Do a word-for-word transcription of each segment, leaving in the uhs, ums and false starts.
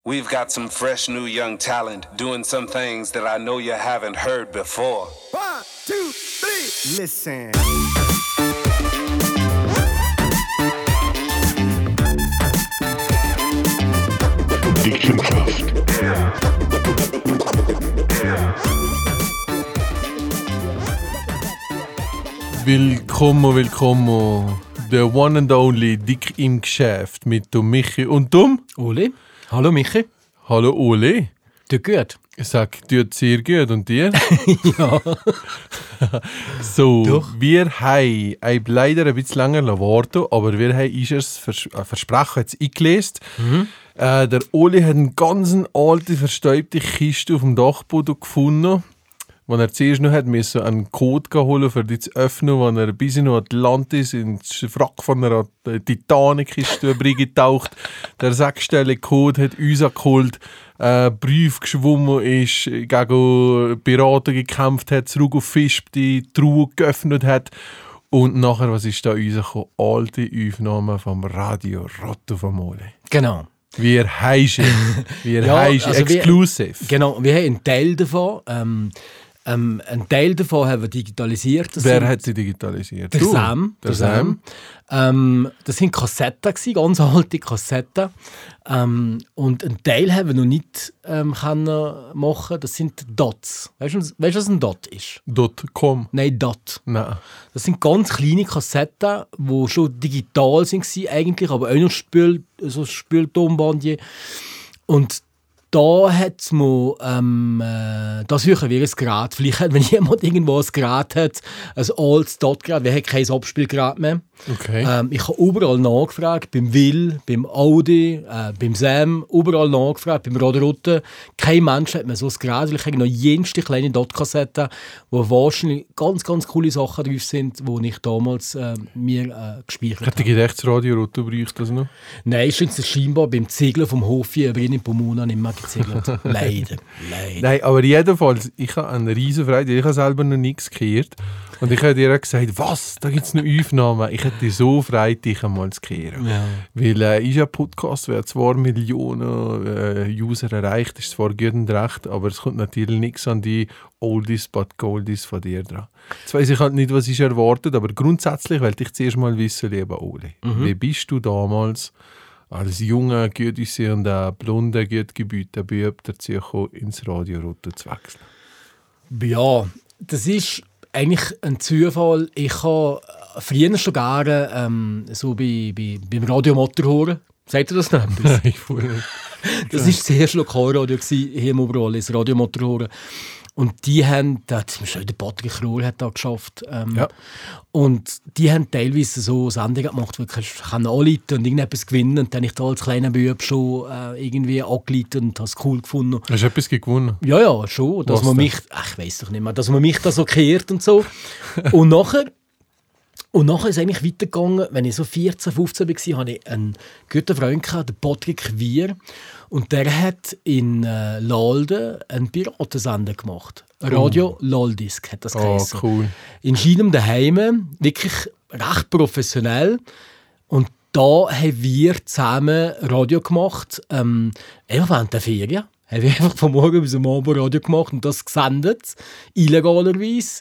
We've got some fresh new young talent doing some things that I know you haven't heard before. One, two, three, listen. Diction Craft. Willkommen, willkommen. Der one and only Dick im Geschäft mit dem Michi und dem Oli. Hallo Michi. Hallo Oli. Du gut? Ich sag, tut sehr gut. Und dir? Ja. So, Doch. wir haben ein leider ein bisschen länger warten, aber wir haben unser Vers äh, Versprechen jetzt eingelesen. Mhm. Äh, der Oli hat eine ganz alte, verstäubte Kiste auf dem Dachboden gefunden, wo er zuerst noch hat müssen einen Code holen, um die zu öffnen, wo er bis in Atlantis ins Wrack von einer Titanic ist getaucht. Der sechsstellige Code hat uns geholt, äh, Brief geschwommen ist, gegen Piraten gekämpft hat, zurück auf Fisch die Truhe geöffnet hat. Und nachher, was ist da rausgekommen? Alte Aufnahmen vom Radio Rotto vom Oli. Genau. Wir heißen, wir Ja, heißen also wir- exclusive. Genau, wir haben einen Teil davon. Ähm, ähm, einen Teil davon haben wir digitalisiert. Das Wer sind- hat sie digitalisiert? Der Du? Sam. Der Sam. Ähm, das waren Kassetten, gewesen, ganz alte Kassetten. Ähm, und einen Teil haben wir noch nicht ähm, können machen. Das sind Dots. Weißt du, weißt du, was ein Dot ist? Dot com. Nein, Dot. Nein. Das sind ganz kleine Kassetten, die schon digital waren eigentlich, aber auch noch Spül, so Spültonbandje. Und da hat es mir ähm, äh, das höher wie ein Gerät. Vielleicht hat, wenn jemand irgendwo ein Gerät hat, ein altes Dot-Gerät, wir haben kein Abspielgerät mehr. Okay. Ähm, ich habe überall nachgefragt, beim Will, beim Audi, äh, beim Sam, überall nachgefragt, beim Radrotte. Kein Mensch hat mir so ein Gerät. Ich habe noch jenste kleine Dot-Kassetten, wo wahrscheinlich ganz, ganz coole Sachen drauf sind, die ich damals äh, mir äh, gespeichert Hat die habe. Gedächtnisradio Rotto bräuchte das noch? Nein, ist jetzt scheinbar beim Ziegeln vom Hof hier in Pomona nicht mehr gezegelt. Leider, leider. Nein, aber jedenfalls, ich habe eine riesen Freude. Ich habe selber noch nichts gehört. Und ich habe dir gesagt, was, da gibt es noch Aufnahmen. Ich hätte so Freude, dich einmal zu kehren. Ja. Weil äh, unser Podcast, wer zwei Millionen äh, User erreicht, ist zwar gut und recht, aber es kommt natürlich nichts an die Oldies but Goldies von dir dran. Jetzt weiss ich halt nicht, was ich erwartet, aber grundsätzlich wollte ich zuerst mal wissen, lieber Oli, Mhm. wie bist du damals als junger, gut aussehender, blonder, gut gebührter Bub dazu gekommen, ins Radio Rotto zu wechseln? Ja, das ist eigentlich ein Zufall. Ich habe früher schon gerne ähm, so bei, bei, beim Radio Motorhören. Sagt ihr das noch etwas? Ich fuhr nicht. Das war das erste Lokalradio gewesen, hier im Oberall, das Radio Motorhören. Und die haben, da hat zum Beispiel der Patrick Krohl hat da geschafft. Ähm, Ja. Und die haben teilweise so Sendungen gemacht, wo ich kann anrufen und irgendetwas gewinnen. Und dann habe ich da als kleiner Bub schon äh, irgendwie angeleitet und habe es cool gefunden. Hast du etwas gewonnen? Ja, ja, schon. Dass Was man denn? mich, ach, ich weiss doch nicht mehr, dass man mich da so kehrt und so. und nachher, und nachher ist es eigentlich weitergegangen, wenn ich so vierzehn, fünfzehn war, hatte ich einen guten Freund gehabt, den Patrick Wier. Und der hat in äh, Lalden einen Piratensender gemacht. Radio Laldisk hat das Oh, geheißen. cool. In seinem Daheim, wirklich recht professionell. Und da haben wir zusammen Radio gemacht, ähm, einfach während der Ferien. Haben wir einfach von morgen bis am Abend Radio gemacht und das gesendet, illegalerweise.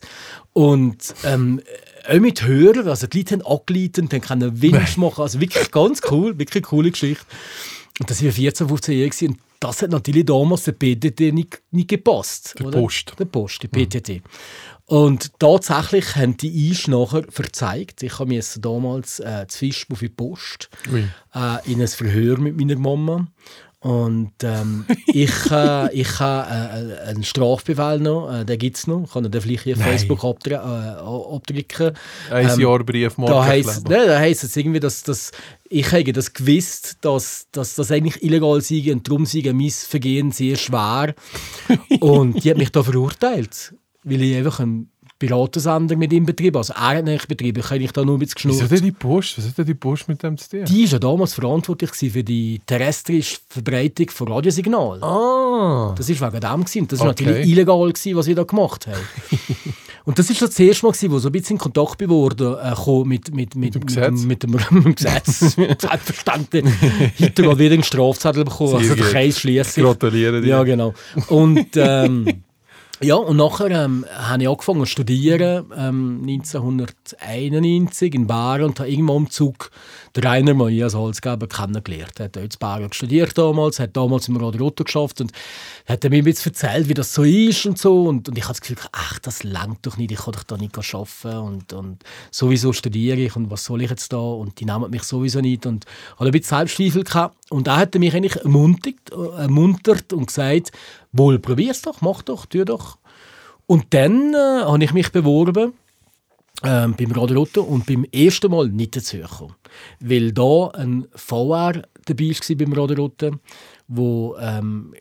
Und ähm, auch mit Hörern, also die Leute haben angeleitet und können Wünsche machen. Also wirklich ganz cool, wirklich eine coole Geschichte. Und das war vierzehn, fünfzehn Jahre und das hat natürlich damals der P T T nicht, nicht gepasst. Der oder? Post. Der Post, der P T T. Und tatsächlich haben die Eis nachher verzeigt. Ich musste damals äh, zu Fischbuch für die Post Ui. äh, in ein Verhör mit meiner Mama. Und ähm, ich äh, ich habe äh, einen Strafbefehl noch, äh, den gibt es noch. Ich kann ihn dann vielleicht hier auf Nein. Facebook abdre äh, abdrücken. Ein Ähm, Jahr Briefmarke. Da heisst, ne, da heisst es irgendwie, dass, dass ich habe das gewusst, dass, dass das eigentlich illegal sei und darum sei ein Missvergehen sehr schwer. Und die hat mich da verurteilt, weil ich einfach einen Piratensender mit ihm betrieben habe. Also er hat nicht betrieben, ich habe eigentlich da nur ein bisschen Wieso geschnurrt. denn die Post? Was hat denn die Post mit dem zu tun? Die war ja damals verantwortlich für die terrestrische Verbreitung von Radiosignalen. Ah. Das war wegen dem. gewesen. Das war Okay. natürlich illegal, gewesen, was wir da gemacht haben. Und das war so das erste Mal, wo so ein bisschen in Kontakt geworden äh, mit, mit, mit, mit dem Gesetz. Mit dem, mit dem, mit dem Gesetz. Selbstverständlich. Heute mal wieder einen Strafzettel bekommen, also der Kreis schließen. Gratuliere dir. Ja, genau. Und, ähm, ja, und nachher ähm, habe ich angefangen zu studieren, ähm, neunzehnhunderteinundneunzig in Bern, und habe irgendwann im Zug den Rainer May als Holzgeber kennengelernt. Er hat dort in Bern studiert damals, hat damals im Radio Roto geschafft und hat mir ein bisschen erzählt, wie das so ist und so. Und, und ich habe das Gefühl, ach, das langt doch nicht, ich kann doch da nicht arbeiten und, und sowieso studiere ich und was soll ich jetzt da und die nehmen mich sowieso nicht und habe ein bisschen Selbstzweifel gehabt. Und er hat mich eigentlich ermuntert, ermuntert und gesagt, wohl, probier's doch, mach doch, tu doch. Und dann äh, habe ich mich beworben äh, beim Radio Roto und beim ersten Mal nicht dazugekommen. Weil da ein V R dabei war beim Radio Roto, wo, ähm,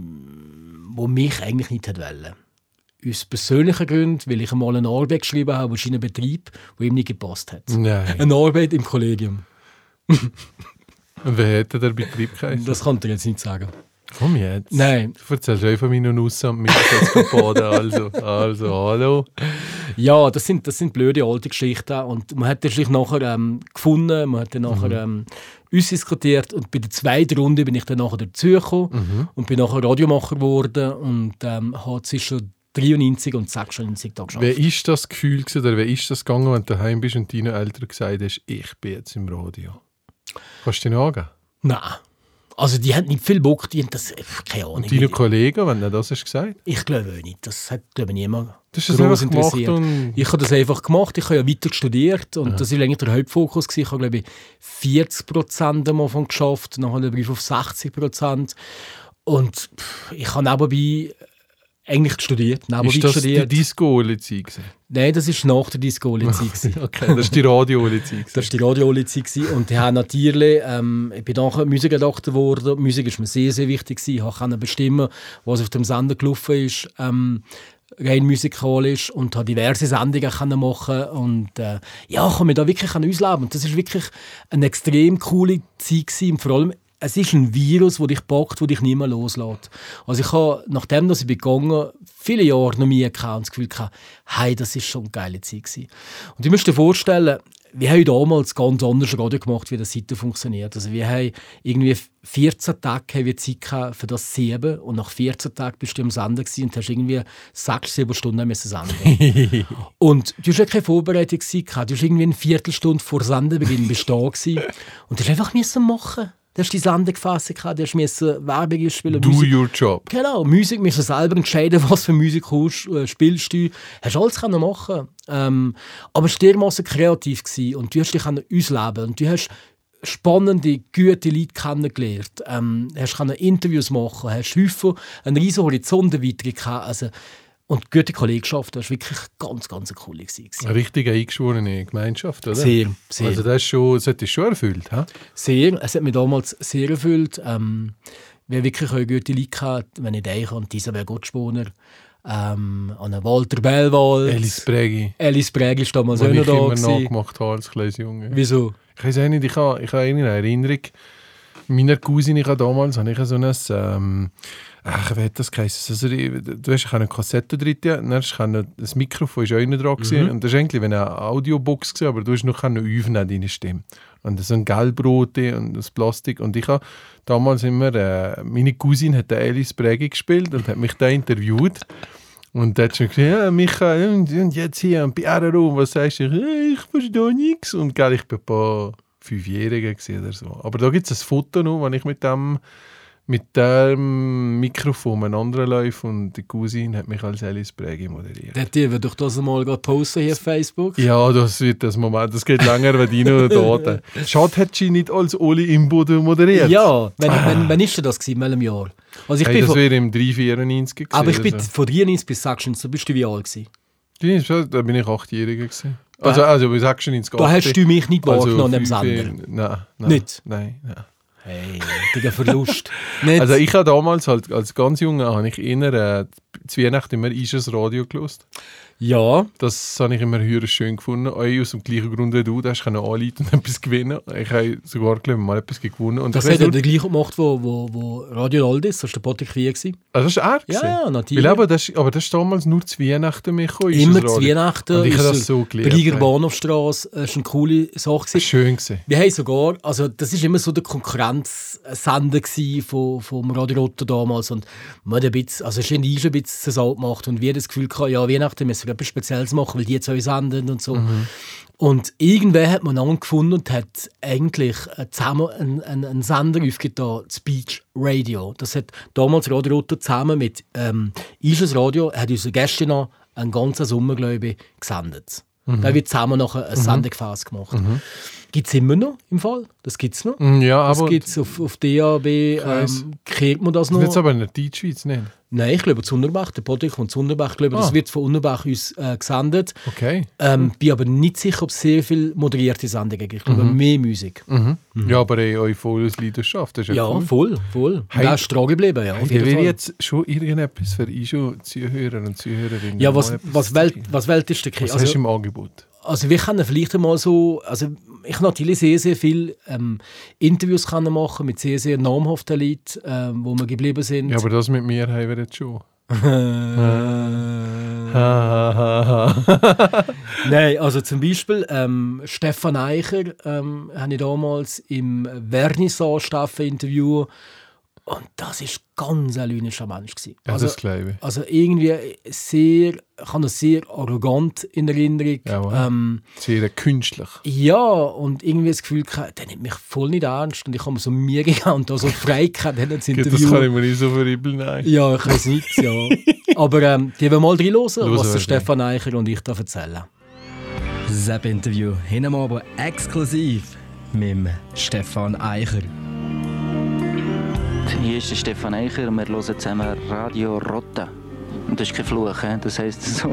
wo mich eigentlich nicht wollte. Aus persönlichen Gründen, weil ich einmal eine Arbeit geschrieben habe, in einem Betrieb, der ihm nicht gepasst hat. Nein. Eine Arbeit im Kollegium. Und wer hätte der Betrieb geheißen? Das kann ich dir jetzt nicht sagen. Komm jetzt. Nein. Du erzählst einfach meine Nuss am Mittagsbaden. Also, also, hallo. Ja, das sind, das sind blöde alte Geschichten. Und man hat sich nachher ähm, gefunden, man hat dann nachher ähm, uns diskutiert. Und bei der zweiten Runde bin ich dann nachher dazugekommen Mhm. und bin nachher Radiomacher geworden und ähm, habe zwischen dreiundneunzig und sechsundneunzig Tage geschafft. Wie war das Gefühl gewesen, oder wie ist das gegangen, wenn du daheim bist und deinen Eltern gesagt hast, ich bin jetzt im Radio? Kannst du dich angeben? Nein. Also die haben nicht viel Bock, die haben das, keine Ahnung. Und deine Kollegen, wenn du das hast gesagt? Ich glaube nicht, das hat glaube ich niemand Du hast das gross einfach gemacht interessiert. und... Ich habe das einfach gemacht, ich habe ja weiter studiert und ja. Das war eigentlich der Hauptfokus gewesen. Ich habe glaube ich vierzig Prozent am Anfang geschafft, nachher den Brief auf sechzig Prozent und pff, ich habe nebenbei eigentlich studiert, nebenbei Ist das studiert. die Disco-Oli-Zeit gewesen? Nein, das war nach der Disco-Oli-Zeit. Okay, das war die Radio-Oli-Zeit. Das war die Radio-Oli-Zeit und ich habe natürlich, ähm, ich bin nachher Musikredakteur geworden. Musik war mir sehr, sehr wichtig. Ich konnte bestimmen, was auf dem Sender gelaufen ist, ähm, rein musikalisch, und habe diverse Sendungen können machen und äh, ja, ich konnte mich da wirklich ausleben. Und das war wirklich eine extrem coole Zeit gewesen. Und vor allem, es ist ein Virus, das dich packt, das dich nicht mehr loslässt. Also ich habe, nachdem dass ich begonnen, viele Jahre noch nie gehabt und das Gefühl gehabt, hey, das ist schon eine geile Zeit gewesen. Und ich müsst dir vorstellen, wir haben damals ganz anders Radio gemacht, wie das heute funktioniert. Also wir haben irgendwie vierzehn Tage haben wir Zeit gehabt für das sieben und nach vierzehn Tagen bist du am Sender gewesen und hast irgendwie sechs, sieben Stunden müssen senden. Und du hast ja keine Vorbereitung gehabt. Du hast irgendwie eine Viertelstunde vor Sendebeginn bist du da gewesen und du hast einfach müssen machen. Du hast die Sendung gefasst, du hast Werbung spielen. Do Musik. your job. Genau, Musik, musst du selber entscheiden, was für Musik du spielst. Du hast alles können machen. Ähm, aber es war dermassen kreativ gewesen und du hast dich ausleben und du hast spannende, gute Leute kennengelernt. Ähm, hast können Interviews machen, hast häufig einen riesen Horizont erweitert gehabt. Also, und gute Kollegenschaft, das war wirklich ganz, ganz eine coole gewesen. Eine richtig eingeschworene Gemeinschaft, oder? Sehr, sehr. Also das, ist schon, das hat dich schon erfüllt, he? Sehr. Es hat mich damals sehr erfüllt. Ähm, wir haben wirklich auch gute Leute gehabt, wenn ich denke an Isabel Gottspooner, ähm, an Walter Bellwald. Elis Prägi. Elis Prägi war damals Was auch noch ich da. immer gewesen. nachgemacht habe als kleines Junge. Wieso? Ich weiß auch nicht, ich habe, ich habe eine Erinnerung, meiner Cousine, ich habe damals habe ich so ein, ähm, ach, wie hat das geheißen? Also, du hast eine Kassette drin, dann hast du das Mikrofon war auch nicht dran mhm. und das war eigentlich eine Audiobox, gewesen, aber du hast noch aufnehmen, deine Stimme. Und so ein Gelbrote und das Plastik. Und ich habe damals immer, äh, meine Cousine hat Elis Prägi gespielt und hat mich da interviewt. Und dann hat sie gesagt, ja, Michael, und jetzt hier am P R-Raum, was sagst du? Ich verstehe nichts. Und gell, ich war ein paar Fünfjährige oder so. Aber da gibt es ein Foto noch, wo ich mit dem, mit dem Mikrofon einen anderen läufe und die Cousine hat mich als Elis Prägi moderiert. Der die wird doch das mal posten hier auf Facebook. Ja, das wird das Moment. Das geht länger, wenn die noch da. Schade, hat sie nicht als Oli Imboden moderiert. Ja, wann ah. war das gewesen, in welchem Jahr? Also ich hey, bin das von, wäre im drei vierundneunzig gewesen. aber ich bin so. von dreiundneunzig bis sechsundneunzig, so bist du wie alt gewesen? Da bin ich achtjähriger gewesen. Also, also bei sechsundneunzig. Da hast du mich nicht wahrgenommen also, am Sender? Nein, nein. Nicht? Nein, nein. Hey, der Verlust. Nicht. Also ich habe damals halt als ganz Junge habe ich eher äh, zu Weihnachten immer «Ist das Radio» gehört. Ja. Das habe ich immer höher schön gefunden. Auch aus dem gleichen Grund wie du. Da hast du anleiten und etwas gewinnen. Ich habe sogar, glaube ich, mal etwas gewonnen. Und das hat er der gleiche gemacht, wo, wo, wo Radio Oldis, das war der Patrick Vier. Also das war er? Ja, ja, natürlich. Weil aber, das, aber das ist damals nur zu Weihnachten gekommen. Immer zu Weihnachten. Und ich habe das so geliebt. Brieger Bahnhofstrasse, das war eine coole Sache. Schön gewesen. Wir haben sogar, also das war immer so der Konkurrenzsender von, vom Radio Rotter damals. Und man hat ein bisschen, also es ist ein bisschen zu Sau gemacht. Und wir das Gefühl gehabt, ja, Weihnachten müssen wir etwas Spezielles machen, weil die zwei senden und so. Mhm. Und irgendwann hat man einen gefunden und hat eigentlich zusammen einen, einen, einen Sender aufgetan, Speech Radio. Das hat damals Radio Rotter zusammen mit ähm, Isches Radio, hat unsere Gäste noch einen ganzen Sommer, glaube ich, gesendet. Mhm. Da wird zusammen noch ein Sendegefäß gemacht. Mhm. Gibt es immer noch im Fall? Das gibt es noch. Ja, aber das gibt es auf, auf D A B, ähm, kriegt man das noch. Das wird es aber in der Deutschschweiz nicht. Nein, ich glaube zu Unterbach, der Podcast kommt zu Unterbach. Ich glaube, ah. das wird von Unterbach uns äh, gesendet. Okay. Ähm, mhm. Bin aber nicht sicher, ob es sehr viel moderierte Sendungen gibt. Ich glaube, mhm. mehr Musik. Mhm. Mhm. Ja, aber ey, eure volles Leidenschaft, das ist ja, ja cool. voll, voll. Hey, da ist dran geblieben, ja. Ich will jetzt schon irgendetwas für Ischo-Zuhörer und Zuhörerinnen. Ja, was, was, Welt, was Welt ist der Krieg? Was also, hast du im Angebot? Also wir können vielleicht einmal so, also ich habe natürlich sehr, sehr viele ähm, Interviews können machen mit sehr, sehr namhaften Leuten, ähm, wo wir geblieben sind. Ja, aber das mit mir haben wir jetzt schon. Nein, also zum Beispiel ähm, Stefan Eicher ähm, habe ich damals im Vernissage-Staffel-Interview und das war ganz ein lyrischer Mensch. Ja, also, das glaube ich. Also irgendwie sehr, ich habe das sehr arrogant in Erinnerung. Ja, wow. ähm, sehr künstlich. Ja, und irgendwie das Gefühl, der nimmt mich voll nicht ernst und ich habe mir so Mühe gegeben und da so Freiheit das Interview. Das kann ich mir nicht so verübeln, nein. Ja, ich weiß nicht, ja. Aber ähm, die wollen mal reinhören, was der Stefan Eicher und ich da erzählen. Das Interview hinten aber exklusiv mit Stefan Eicher. Hier ist der Stefan Eicher und wir hören zusammen Radio Rotta. Und das ist kein Fluch, das heisst so.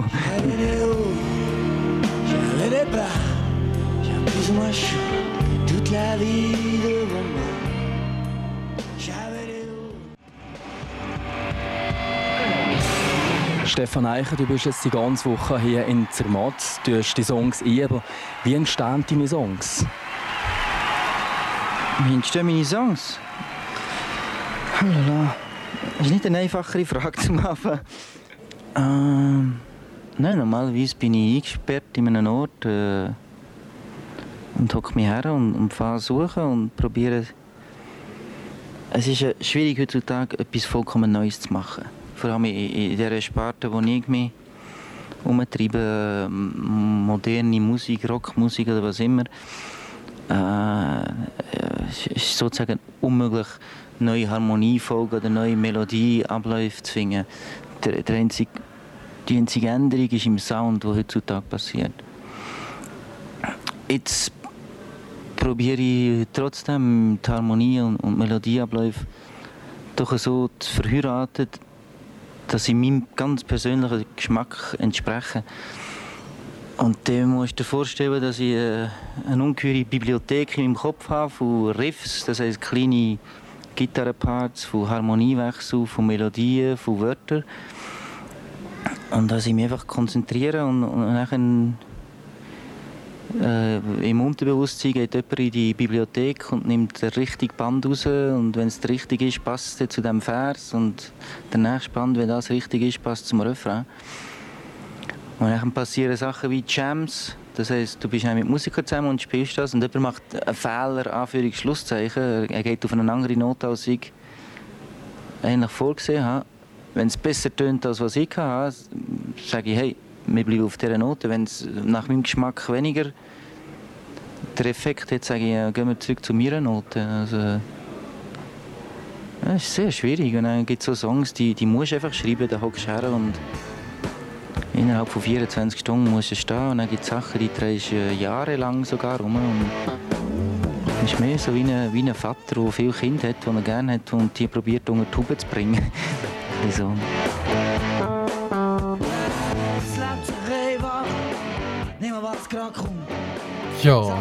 Stefan Eicher, du bist jetzt die ganze Woche hier in Zermatt. Du hast die Songs ein, aber wie entstehen deine Songs? Wie entstehen meine Songs? Halala. Das ist nicht eine einfachere Frage zum Anfang. Ähm, nein, normalerweise bin ich eingesperrt in einem Ort äh, und hocke mich her und, und fahre suchen und probiere. Es ist äh, schwierig heutzutage etwas vollkommen Neues zu machen. Vor allem in, in dieser Sparte, wo ich mich umtreibe, moderne Musik, Rockmusik oder was immer. Äh, es ist sozusagen unmöglich, neue Harmoniefolgen oder neue Melodieabläufe zu finden. Der, der einzige, die einzige Änderung ist im Sound, die heutzutage passiert. Jetzt probiere ich trotzdem die Harmonie und, und Melodieabläufe doch so zu verheiraten, dass sie meinem ganz persönlichen Geschmack entsprechen. Und dann musst du dir vorstellen, dass ich äh, eine ungeheure Bibliothek in meinem Kopf habe von Riffs, das heisst kleine Gitarrenparts, von Harmoniewechsel, von Melodien, von Wörtern. Und dass ich mich einfach konzentriere und, und dann äh, im Unterbewusstsein geht jemand in die Bibliothek und nimmt den richtigen Band raus und wenn es richtig ist, passt es zu diesem Vers und der nächste Band, wenn das richtig ist, passt zum Refrain. Und dann passieren Sachen wie Jams, das heisst, du bist mit Musikern zusammen und spielst das und jemand macht einen Fehler, Anführungs- Schlusszeichen, er geht auf eine andere Note, als ich eigentlich vorgesehen habe. Wenn es besser tönt, als was ich habe, sage ich, hey, wir bleiben auf dieser Note. Wenn es nach meinem Geschmack weniger der Effekt hat, sage ich, ja, gehen wir zurück zu meiner Note. Also, ja, das ist sehr schwierig. Und dann gibt es so Songs, die, die musst du einfach schreiben, da hockst du her und innerhalb von vierundzwanzig Stunden musst du stehen. Und dann gibt es Sachen, die trägst du jahrelang sogar rum. Es ist mehr so wie ein, wie ein Vater, der viele Kinder hat, die er gerne hat und die probiert, unter die Haube zu bringen. So. Ja.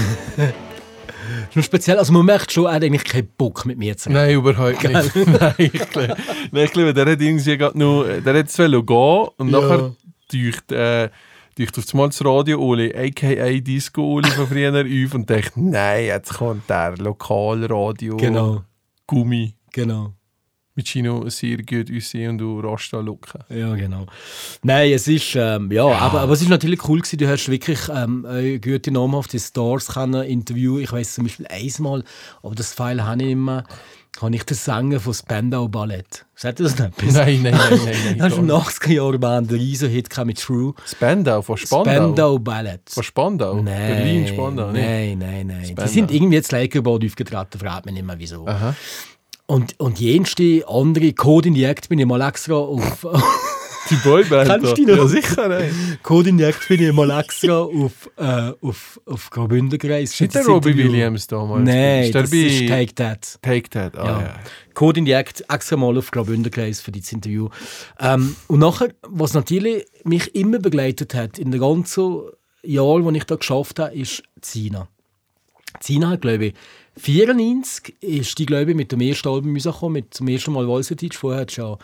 Schon speziell, also man merkt schon, er hat eigentlich keinen Bock mit mir zu reden. Nein, überhaupt nicht. Nein, ich glaube, nein, ich glaube, der hat irgendwie gerade nur, der hat es gehen und ja. nachher taucht, äh, taucht auf einmal das Radio Uli, a k a. Disco Uli von früher auf und denkt, nein, jetzt kommt der Lokalradio Genau. Gummi. Genau. Mit Chino sehr gut aussehen und du Rasta looken. Ja, genau. Nein, es ist, ähm, ja, ja. Aber, aber es ist natürlich cool gewesen, du hast wirklich ähm, gute namhafte Stars können interviewen. Ich weiss zum Beispiel einmal, aber das File habe ich immer, habe ich den Sänger von Spandau Ballet. Sagt ihr das nicht? Nein, nein, nein, nein. nein das ist im achtziger Jahren ein Riesen-Hit mit True. Spandau, von Spandau? Spandau Ballet. Von Spandau? Nein, Berlin, Spandau? Nein, nein, nein. Spandau. Die sind irgendwie jetzt Leikerbad aufgetreten, fragt mich nicht mehr wieso. Aha. Und, und jenste andere Code Inject bin ich mal extra auf... Die Boyband? Kennst du die noch? Ja, sicher, nein. Code Inject bin ich mal extra auf, äh, auf, auf Graubünden gereist. Ist nicht der Robbie Williams damals? Nein, ist der das bei ist Take That. Take That, ah Ja. ja. Code Inject extra mal auf Graubünden gereist für dieses Interview. Ähm, und nachher, was natürlich mich immer begleitet hat, in den ganzen Jahren, die ich da geschafft habe, ist Zina. Zina hat, glaube ich, vierundneunzig ist die, glaube ich, mit dem ersten Album rausgekommen, mit zum ersten Mal Walserdeutsch. Vorher hat sie ja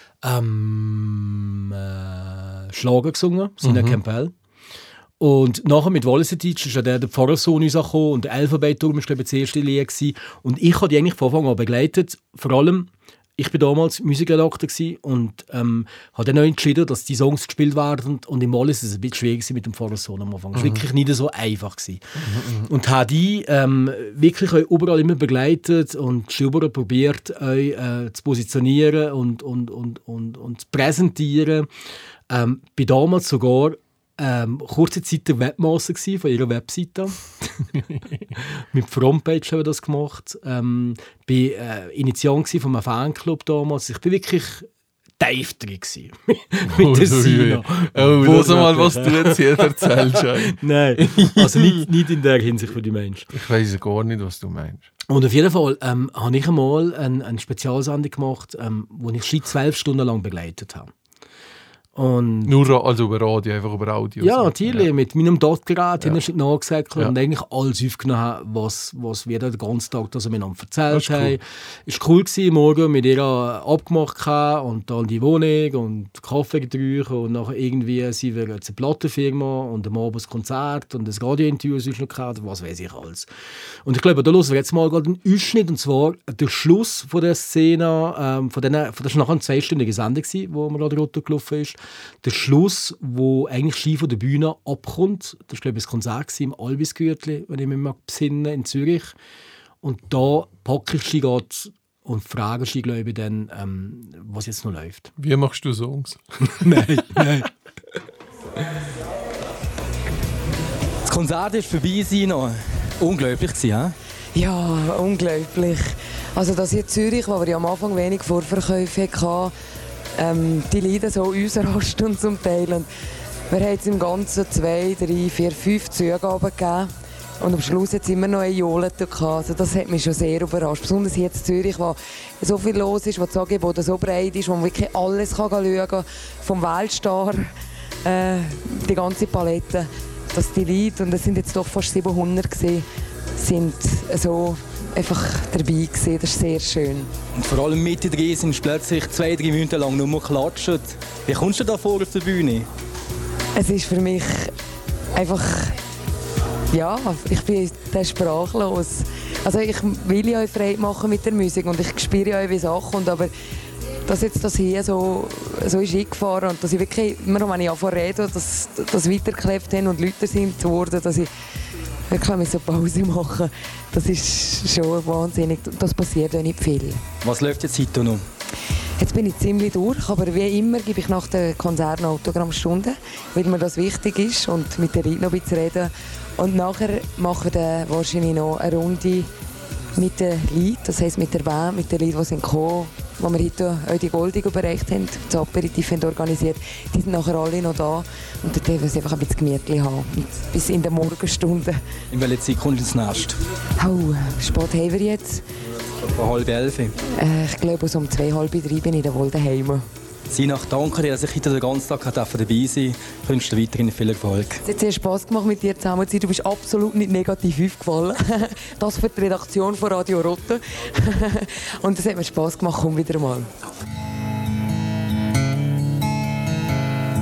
ähm, äh, Schlager gesungen, Sina Mhm. Campbell. Und nachher mit Walserdeutsch ist ja der, der Pfarrersohn rausgekommen und der Alphabet-Turm war, glaube ich, das erste Lied gewesen. Und ich habe die eigentlich von Anfang an begleitet, vor allem, ich war damals Musikredakteur und ähm, habe dann auch entschieden, dass die Songs gespielt werden. Und im Wallis war es ein bisschen schwierig mit dem Pfarrersohn am Anfang. Es war Mhm. wirklich nicht so einfach. Mhm, und habe die ähm, wirklich auch überall immer begleitet und überall probiert, euch äh, zu positionieren und, und, und, und, und zu präsentieren. Ähm, bin damals sogar ähm, kurze Zeit der Webmaster gsi von ihrer Webseite. Mit Frontpage haben wir das gemacht. Ähm, bin äh, Initiant gsi von einem Fanclub damals. Ich bin wirklich tief drin gsi mit der Sina. Oh, lass mal, was du jetzt hier erzählst. ey. Nein, also nicht, nicht in der Hinsicht für die Menschen. Ich weiss gar nicht, was du meinst. Und auf jeden Fall ähm, habe ich einmal eine, eine Spezialsendung gemacht, ähm, wo ich sie zwölf Stunden lang begleitet habe. Und Nur ra- also über Radio, einfach über Audio. ja, so. natürlich. Ja. Mit meinem Dotgerät Ja. ja. habe ich nachgesagt Ja. und eigentlich alles aufgenommen habe, was, was wir den ganzen Tag da so miteinander erzählt Das ist cool. haben. Es war cool, gewesen, morgen mit ihr abgemacht gehabt und dann die Wohnung und Kaffee getrunken und nachher irgendwie sind wir jetzt eine Plattenfirma und am Abend ein Konzert und ein Radiointerview sonst noch gehabt, was weiß ich alles. Und ich glaube, da hören wir jetzt mal gerade einen Ausschnitt, und zwar der Schluss von der Szene, ähm, von den, von, das war nachher eine zweistündige Sendung, gewesen, wo man da runtergelaufen ist. Der Schluss, wo eigentlich Ski von der Bühne abkommt, das war, glaube ich, ein Konzert gewesen, im Albisgürtli, wenn ich mich mal besinne, in Zürich. Und da packe ich Ski gerade und frage Ski, glaube ich, dann, ähm, was jetzt noch läuft. Wie machst du Songs? Nein, nein. Das Konzert ist vorbei, Sina. Unglaublich gewesen, he? Ja, unglaublich. Also das hier in Zürich, wo wir ja am Anfang wenig Vorverkäufe hatten, ähm, die Lieder so ausrasten zum Teil. Und wir haben jetzt im Ganzen zwei, drei, vier, fünf Züge gegeben. Und am Schluss hat es immer noch eine Jolete gehabt. Also das hat mich schon sehr überrascht. Besonders hier in Zürich, wo so viel los ist, wo das Angebot so breit ist, wo man wirklich alles kann schauen kann. Vom Weltstar, äh, die ganze Palette. Dass die Leute, und es sind jetzt doch fast siebenhundert gewesen, sind so einfach dabei gewesen. Das ist sehr schön. Und vor allem Mitte drin sind plötzlich zwei, drei Minuten lang nur geklatscht. Wie kommst du da vor auf der Bühne? Es ist für mich einfach, ja, ich bin dann sprachlos. Also ich will ja euch Freude machen mit der Musik und ich spüre ja, wie es ankommt, aber dass jetzt das hier so, so ist eingefahren und dass ich wirklich, immer wenn ich anfange zu reden, dass das weitergeklebt haben und Leute sind geworden, dass ich wirklich so Pause machen. Das ist schon wahnsinnig. Das passiert ja nicht viel. Was läuft jetzt heute noch? Jetzt bin ich ziemlich durch, aber wie immer gebe ich nach der Konzert eine Autogrammstunde, weil mir das wichtig ist und mit den Leuten noch ein bisschen reden. Und nachher machen wir wahrscheinlich noch eine Runde mit den Leuten, das heisst mit der Band, mit den Leuten, die sind gekommen, die wir heute auch die Goldung überreicht haben, das Aperitif haben organisiert. Die sind nachher alle noch da und dort wollen wir es einfach ein bisschen gemütlich haben, bis in den Morgenstunden. In welcher Zeit kommst du ins Nest? Oh, spät haben wir jetzt. Etwa halb elf. Äh, ich glaube, so um zwei, halb drei bin ich dann wohl daheim. Sina, danke dir, dass ich heute den ganzen Tag dabei sein durfte. Ich wünsche dir weiterhin viel Erfolg. Es hat sehr Spass gemacht, mit dir zusammen zu sein. Du bist absolut nicht negativ aufgefallen. Das für die Redaktion von Radio Rotte. Und es hat mir Spass gemacht. Komm wieder mal.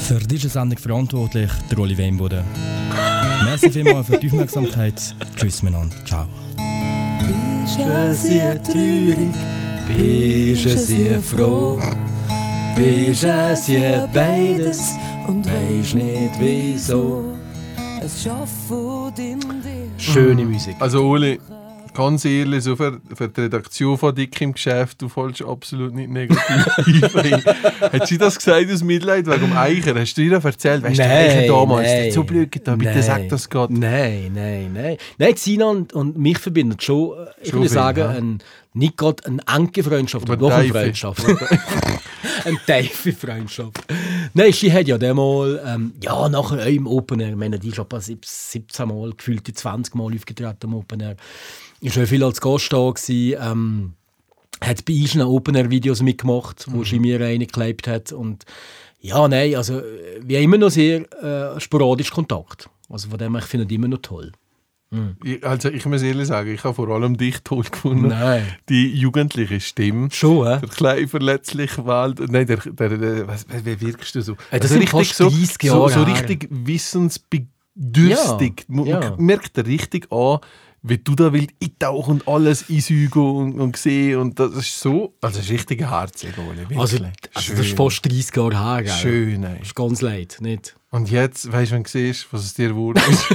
Für diese Sendung verantwortlich der Oliver Imboden. Merci vielmals für die Aufmerksamkeit. Tschüss miteinander. Ciao. Bist du sehr traurig? Bist du sehr froh? Bist du sehr beides und weisst nicht wieso? Es schafft in dir. Schöne Musik. Also Uli, ganz ehrlich, so für, für die Redaktion von Dick im Geschäft, du fällst absolut nicht negativ ein. Hat sie das gesagt aus Mitleid wegen dem Eicher? Hast du dir das erzählt? Weißt du, der Eicher damals, der so blöd getan, bitte sag das gerade. Nein, nein, nein. Nein, Xina und, und mich verbindet schon, ich schon würde viel, sagen, ja. ein, nicht gerade eine enge Freundschaft, aber doch eine Freundschaft. Eine tiefe Freundschaft. Nein, sie hat ja einmal, ähm, ja, nach einem Open Air, ich meine, die ist schon siebzehn Mal, gefühlte zwanzig Mal aufgetreten am Open Air. Ich war schon viel als Gast da, gewesen, ähm, hat bei uns Open Air Videos mitgemacht, wo mhm. sie mir reingeklebt hat. Und ja, nein, also wir haben immer noch sehr äh, sporadisch Kontakt. Also von dem her, ich finde ich immer noch toll. Mhm. Ich, also ich muss ehrlich sagen, ich habe vor allem dich toll gefunden. Nein. Die jugendliche Stimme. Schon, äh? Der kleine, verletzliche Welt. Nein, der, der, der, was, wie wirkst du so? Äh, das also sind fast dreißig Jahre so, so richtig wissensbedürstig. Ja, ja. Man merkt dir richtig an, wie du da willst eintauchen und alles einsaugen und, und sehen. Und das ist so, also das ist richtig herzig. Also, also das ist fast dreißig Jahre her. Gell? Schön, ey. Das ist ganz leid, nicht? Und jetzt, weißt du, wenn du siehst, was es dir geworden ist.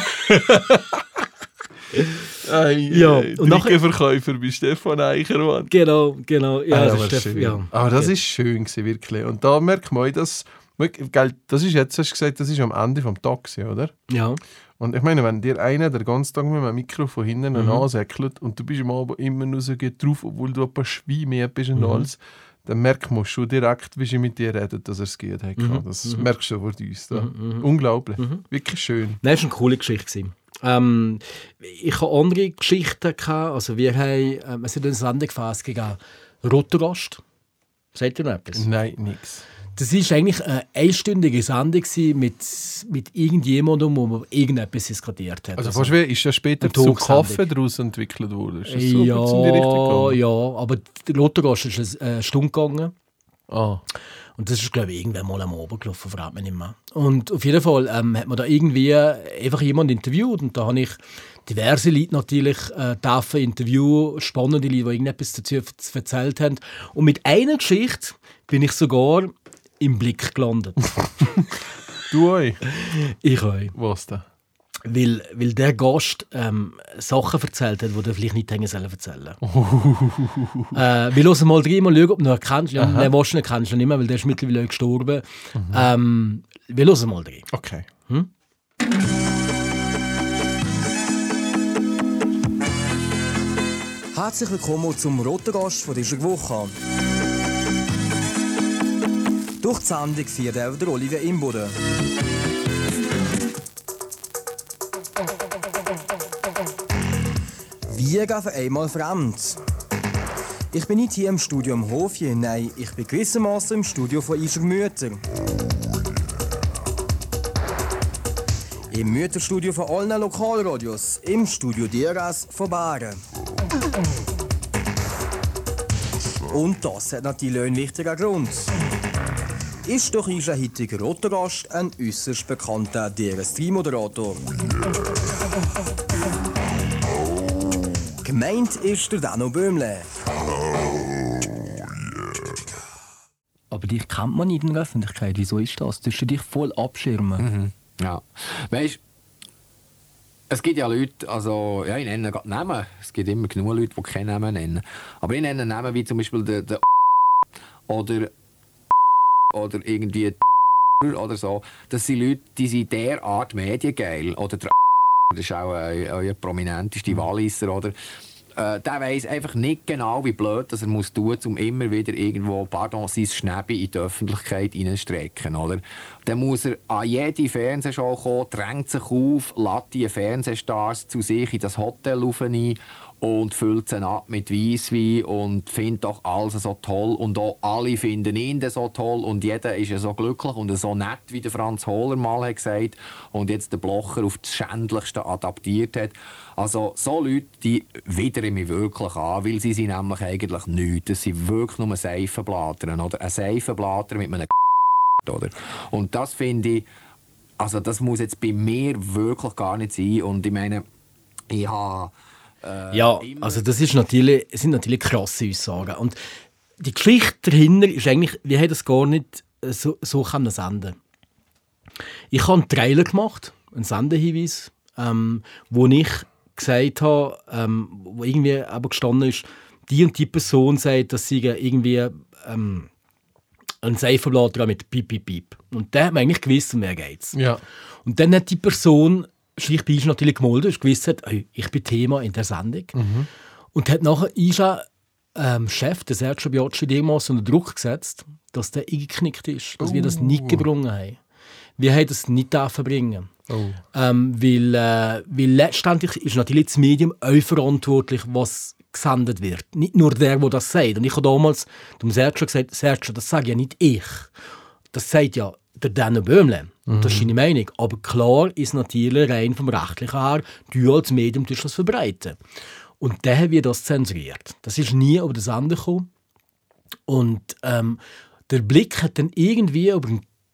Ei, ja, ei, und nachher Verkäufer bei Stefan Eicher. Genau, genau. Ja, ah, das, das, ist Steff, ja. Aber das ja. ist schön gewesen, wirklich. Und da merkt man, dass, das ist jetzt, hast du gesagt, das ist am Ende vom Tag, oder? Ja. Und ich meine, wenn dir einer den ganzen Tag mit einem Mikrofon hinten mhm. ansäckelt und du bist am Abend immer nur so gut drauf, obwohl du ein paar Schweine mehr bist und mhm. alles, dann merkt man schon direkt, wie sie mit dir redet, dass er es geht. Mhm. Das mhm. merkst du vor uns. Da. Mhm. Unglaublich. Mhm. Wirklich schön. Nein, das war eine coole Geschichte. Ähm, ich hatte andere Geschichten. Also wir haben, ähm, es hat eine Sendephase gegeben, Rotterdam. Sagt ihr noch etwas? Nein, nichts. Das war eigentlich eine einstündige Sendung mit, mit irgendjemandem, wo man irgendetwas diskutiert hat. Also, also ist das später zu Kaffee daraus entwickelt worden? Ist das so ja, in die Richtung ja, aber der Rotterdam ist eine Stunde gegangen. Ah. Und das ist, glaube ich, irgendwann mal am Abend gelaufen, verrät man nicht mehr. Und auf jeden Fall ähm, hat man da irgendwie einfach jemanden interviewt. Und da habe ich diverse Leute natürlich äh, dürfen interviewen, spannende Leute, die irgendetwas dazu erzählt haben. Und mit einer Geschichte bin ich sogar im Blick gelandet. Du euch? Ich euch. Was denn? Weil, weil der Gast ähm, Sachen erzählt hat, die er vielleicht nicht hätten sollen erzählen. äh, wir hören mal rein, mal schauen, ob du noch kennst. Ja, nein, wahrscheinlich kennst du ihn nicht mehr, weil der ist mittlerweile gestorben. Mhm. Ähm, wir hören mal rein. Okay. Hm? Herzlich willkommen zum roten Gast von dieser Woche. Durch die Sendung führt auch der Oliver Imboden. Wir gehen für einmal fremd. Ich bin nicht hier im Studio am Hofje, nein, ich bin gewissermaßen im Studio von Ischer Mütter. Im Mütterstudio von allen Lokalradios, im Studio D R S von Bären. Und das hat natürlich einen wichtigen Grund. Ist doch unser heutiger Rotterdam-Gast ein äußerst bekannter D R S drei Moderator. Gemeint ist der Dano Böhmle. Aber dich kennt man nicht in der Öffentlichkeit. Wieso ist das? Du dich voll abschirmen. Mhm. Ja. Weißt, es gibt ja Leute, also, ja, ich nenne gerade Namen. Es gibt immer genug Leute, die keine Namen nennen. Aber ich nenne Namen wie zum Beispiel der, der oder oder irgendwie oder so. Das sind Leute, die sind derart mediengeil. Oder der das ist auch euer prominenteste Walliser, oder? Äh, der weiss einfach nicht genau, wie blöd dass er muss tun muss, um immer wieder irgendwo, pardon, sein Schnäbi in die Öffentlichkeit hineinzustrecken, oder? Dann muss er an jede Fernsehshow kommen, drängt sich auf, lädt die Fernsehstars zu sich in das Hotel rein und füllt sie ab mit Weisswein und findet doch alles so toll. Und auch alle finden ihn so toll und jeder ist ja so glücklich und so nett, wie der Franz Hohler mal hat gesagt und jetzt der Blocher auf das Schändlichste adaptiert hat. Also so Leute, die widern mich wirklich an, weil sie sind nämlich eigentlich nichts. Das sind wirklich nur Seifenblätter, oder? Ein Seifenblätter mit einem oder? Und das finde ich, also das muss jetzt bei mir wirklich gar nicht sein. Und ich meine, ich habe... Äh, ja, also das ist natürlich, sind natürlich krasse Aussagen. Und die Geschichte dahinter ist eigentlich, wir haben das gar nicht so, so können senden. Ich habe einen Trailer gemacht, einen Sendehinweis, ähm, wo ich gesagt habe, ähm, wo irgendwie aber gestanden ist, die und die Person sagt, dass sie irgendwie ähm, einen Seifenblatt mit Piep, Piep, Piep. Und dann hat man eigentlich gewusst, um wer geht's. Ja. Und dann hat die Person sich bei uns natürlich gemeldet und gewusst, hat, hey, ich bin Thema in der Sendung. Mhm. Und hat nachher Isha, ähm, Chef, der Sergio Biocci, dermassen unter Druck gesetzt, dass der eingeknickt ist, dass oh. wir das nicht gebrungen haben. Wir haben das nicht bringen. Oh. Ähm, weil, äh, weil letztendlich ist natürlich das Medium auch verantwortlich, was gesendet wird. Nicht nur der, der das sagt. Und ich habe damals dem Sergio gesagt, Sergio, das sage ja nicht ich. Das sagt ja der Daniel Böhmle. Mhm. Das ist seine Meinung. Aber klar ist natürlich rein vom Rechtlichen her, du als Medium tust das verbreiten. Und dann haben wir das zensiert. Das ist nie über das Sender gekommen. Und ähm, der Blick hat dann irgendwie über,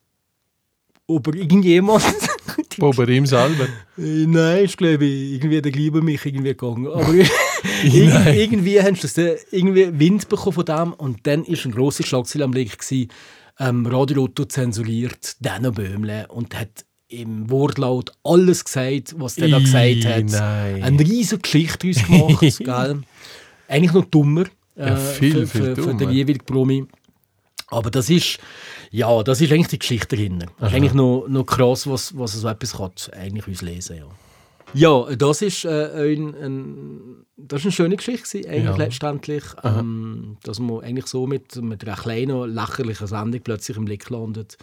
über irgendjemanden... Über ihm selber? Nein, ich glaube, irgendwie der Gleibe mich irgendwie gegangen. Aber irgendwie, irgendwie hast du irgendwie Wind bekommen von dem. Und dann war ein grosser Schlagzeile am Blick. Ähm, Radio Lotto zensiert Daniel Böhmle und hat im Wortlaut alles gesagt, was der da gesagt hat. Nein. Eine riesige Geschichte daraus gemacht. Gell? Eigentlich noch dummer äh, ja, viel, für, für, viel für dummer. den jeweiligen Promi. Aber das ist, ja, das ist eigentlich die Geschichte dahinter. Das ist eigentlich noch, noch krass, was, was so etwas kann, eigentlich uns lesen. Ja, ja das ist äh, ein, ein, das ist eine schöne Geschichte gewesen, eigentlich ja. letztendlich, ähm, dass man eigentlich so mit, mit einer kleinen, lächerlichen Sendung plötzlich im Blick landet.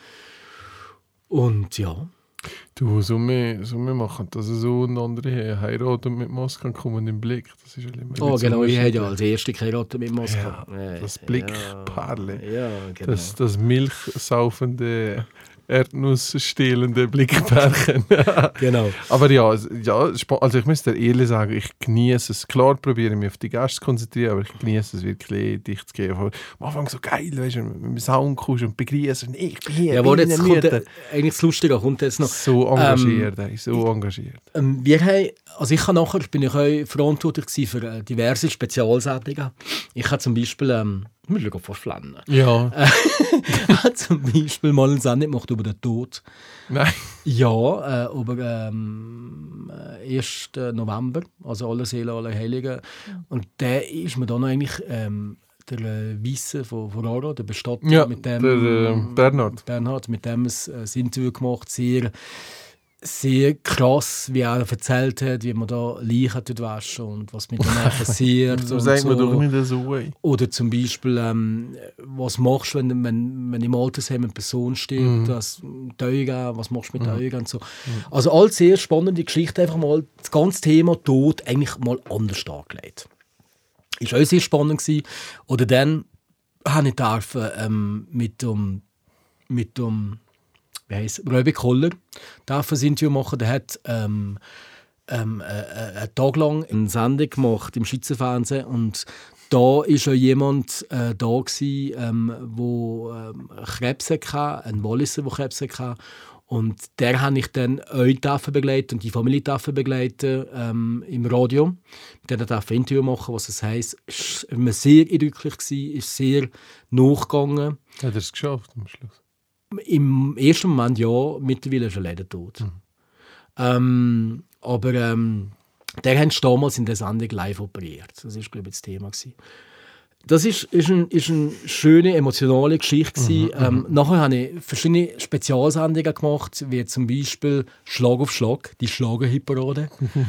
Und ja. Du, so wir, so wir machen das so und andere heiraten mit Maske kommen im Blick. Das ist immer oh genau, ich habe ja als Erste geheiratet mit Maske. Ja, das Blickpaarle. Ja, genau. Das, das milchsaufende, erdnussstehlende Blickpärchen. Genau. Aber ja, ja, also ich muss dir ehrlich sagen, ich genieße es. Klar probiere ich mich auf die Gäste zu konzentrieren, aber ich genieße es wirklich, dich zu gehen. Am Anfang so geil, weißt du, mit dem Sound kommst und begrüßt und ich bin hier. Ja, wo jetzt kommt der, eigentlich das Lustige kommt jetzt noch. So engagiert, ähm, ey, so engagiert. Ähm, wir haben, also ich habe nachher, bin ich auch verantwortlich für äh, diverse Spezialsendungen. Ich habe zum Beispiel, ähm, ich muss sogar vorflannen. Ja. Ich habe zum Beispiel mal eine Sendung gemacht über den Tod. Nein. Ja, äh, über ähm, ersten November, also alle Seelen, alle Heiligen. Und der ist mir dann eigentlich ähm, der äh, Weisse von, von Aarau, der Bestatter, ja, mit dem der äh, Bernhard. Bernhard, mit dem es äh, ein Interview gemacht, sehr, sehr krass, wie er erzählt hat, wie man da Leichen waschen und was mit denen passiert. So und sagt man so. doch nicht so. Ey. Oder zum Beispiel, ähm, was machst du, wenn, wenn, wenn im Altersheim eine Person stirbt, Mhm. das, die Augen, was machst du mit Mhm. den Augen und so. Also alles sehr spannende Geschichte, einfach mal das ganze Thema Tod eigentlich mal anders dargelegt. Ist auch sehr spannend gewesen. Oder dann habe ich dürfen, ähm, mit dem, mit dem wie heisst Röbi Koller darf ein Interview machen. Der hat ähm, ähm, äh, einen Tag lang eine Sendung gemacht im Schweizer Fernsehen und da war auch jemand äh, da gewesen, ähm, wo ähm, Krebs hatte, ein Walliser, der Krebs hatte. Und der habe ich dann auch begleitet und die Familie begleiten ähm, im Radio. Mit denen durfte ich ein Interview machen, was das heisst. Es war sehr eindrücklich, ist sehr nachgegangen. Hat er es geschafft am Schluss? Im ersten Moment ja, mittlerweile ist er leider tot. Mhm. Ähm, aber ähm, der hat damals in der Sendung live operiert. Das war, glaube ich, das Thema. Das ist, ist, ein, ist eine schöne, emotionale Geschichte. Mhm, ähm, nachher habe ich verschiedene Spezialsendungen gemacht, wie zum Beispiel «Schlag auf Schlag», die Schlagerhitparade.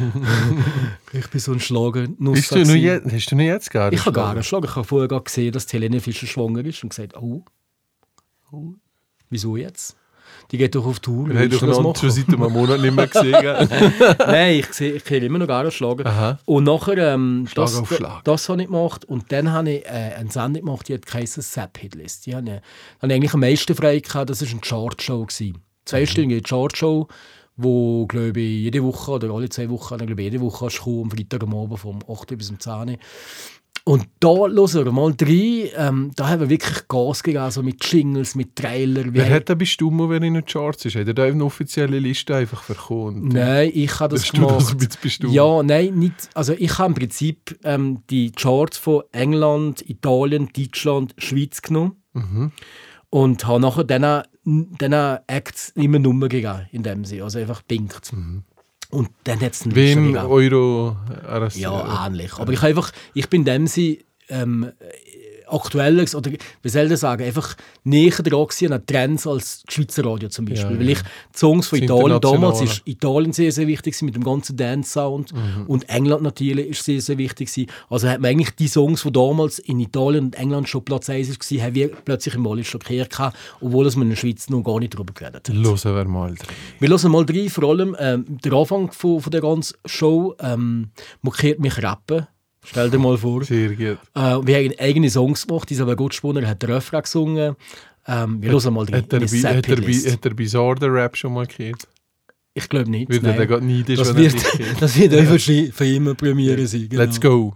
Ich bin so ein Schlager-Nusser. Hast du jetzt jetzt gar Ich habe gar einen Schlager. Ich habe vorher gesehen, dass Helene Fischer schwanger ist und gesagt, oh, oh. Wieso jetzt? Die geht doch auf Tour. Wir haben doch einander schon seit einem Monat nicht mehr gesehen. Nein, ich, sehe, ich höre immer noch gerne Schlager. Aha. Und nachher, ähm, Schlag das, auf Schlag. das habe ich gemacht. Und dann habe ich äh, eine Sendung gemacht, die hat geheißen Zap-Hitlist. Die habe ich, habe ich eigentlich am meisten frei gehabt. Das war eine Chartshow. Zweistündige mhm. Chartshow, wo, glaube ich, jede Woche oder alle zwei Wochen, glaube ich, jede Woche kommen, am Freitagabend vom acht bis um zehn Uhr. Und da hören wir mal rein, ähm, da haben wir wirklich Gas gegeben, also mit Jingles, mit Trailer. Wer hat da bestimmt, wer in den Charts ist? Hat er da eine offizielle Liste einfach verkommen? Nein, ich habe das gemacht. Du das ein bisschen bestimmt? Ja, nein, nicht. Also ich habe im Prinzip ähm, die Charts von England, Italien, Deutschland, Schweiz genommen. Mhm. Und habe nachher diesen, diesen Acts immer Nummer gegeben, in dem Sinne. Also einfach pinkt. Mhm. Und dann hat es einen Wie im Euro Ja, ähnlich. Aber ich, einfach, ich bin in dem Sinne ähm, aktueller, oder wie soll ich sagen, einfach näher dran an Trends als das Schweizer Radio zum Beispiel. Ja, Weil ich ja. die Songs von Das Italien, damals Internationale. ist Italien sehr, sehr wichtig mit dem ganzen Dance-Sound. Mhm. Und England natürlich ist sehr, sehr wichtig gewesen. Also hat man eigentlich die Songs, die damals in Italien und England schon Platz eins waren, haben wir plötzlich im Wallis schockiert gehabt, obwohl es man in der Schweiz noch gar nicht darüber geredet hat. Hören wir mal rein. Wir hören mal rein, vor allem ähm, der Anfang von, von der ganzen Show ähm, markiert mich Rappen. Stell dir mal vor. Sehr gut. Äh, wir haben eigene Songs gemacht. Isabel Gottspooner hat den Refrain gesungen. Ähm, wir hören mal rein. Hat er, in bei, die hat er, bei, Setlist. hat er Bizarre den Rap schon markiert? Ich glaube nicht. Wird nein. er gerade neidisch, das wenn er wird, dich kennt? das wird einfach für immer Premiere sein. Genau. Let's go.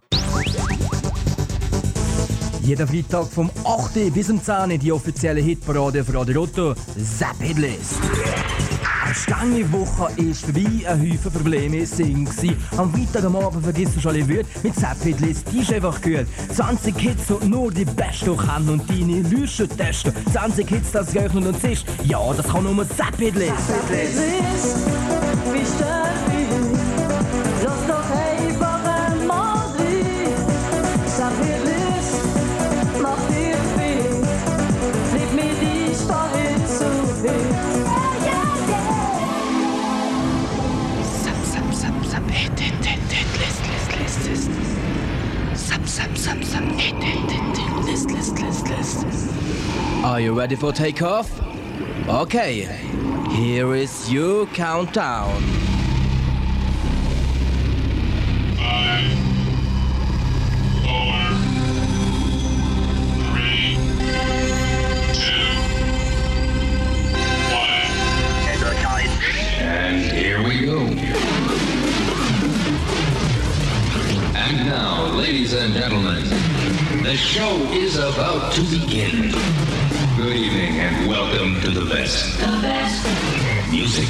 Jeden Freitag vom achten bis zum zehnten die offizielle Hitparade für Radio Roto, Zapp Hitlist. Eine strenge Woche ist vorbei, ein Haufen Probleme sind gsi. Am Freitag am Abend vergisst du schon alle Wörter mit Zapp Hitlist, die ist einfach gut. zwanzig Hits und nur die Besten kennen und deine Lüsche testen. zwanzig Hits, das gerechnet und siehst, ja, das kann nur Zapp Hitlist. Zapp Hitlist, wie stark bin ich, lass doch einfach einmal drin. Zapp Hitlist, mach dir viel, flieg mir die Steuer zu viel. Are you ready for takeoff? Okay, here is your countdown. Five, four, three, two, one. And here we go. And now, ladies and gentlemen, the show is about to begin. Good evening and welcome to the best. The best. Music.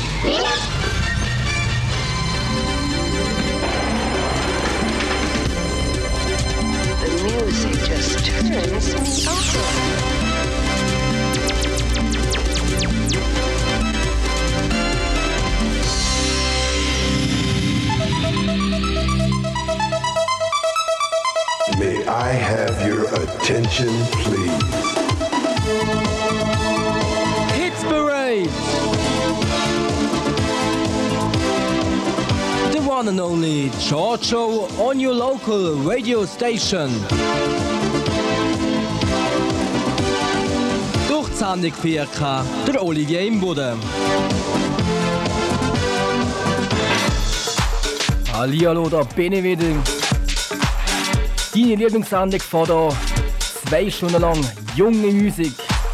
The music just turns me on. May I have your attention, please? Hits Parade! The one and only chart show on your local radio station. Durch die Sendung vier K, der Olivier Imboden. Hallihallo, da bin ich wieder. Deine Lieblingssendung von hier. Zwei Stunden lang junge Musik.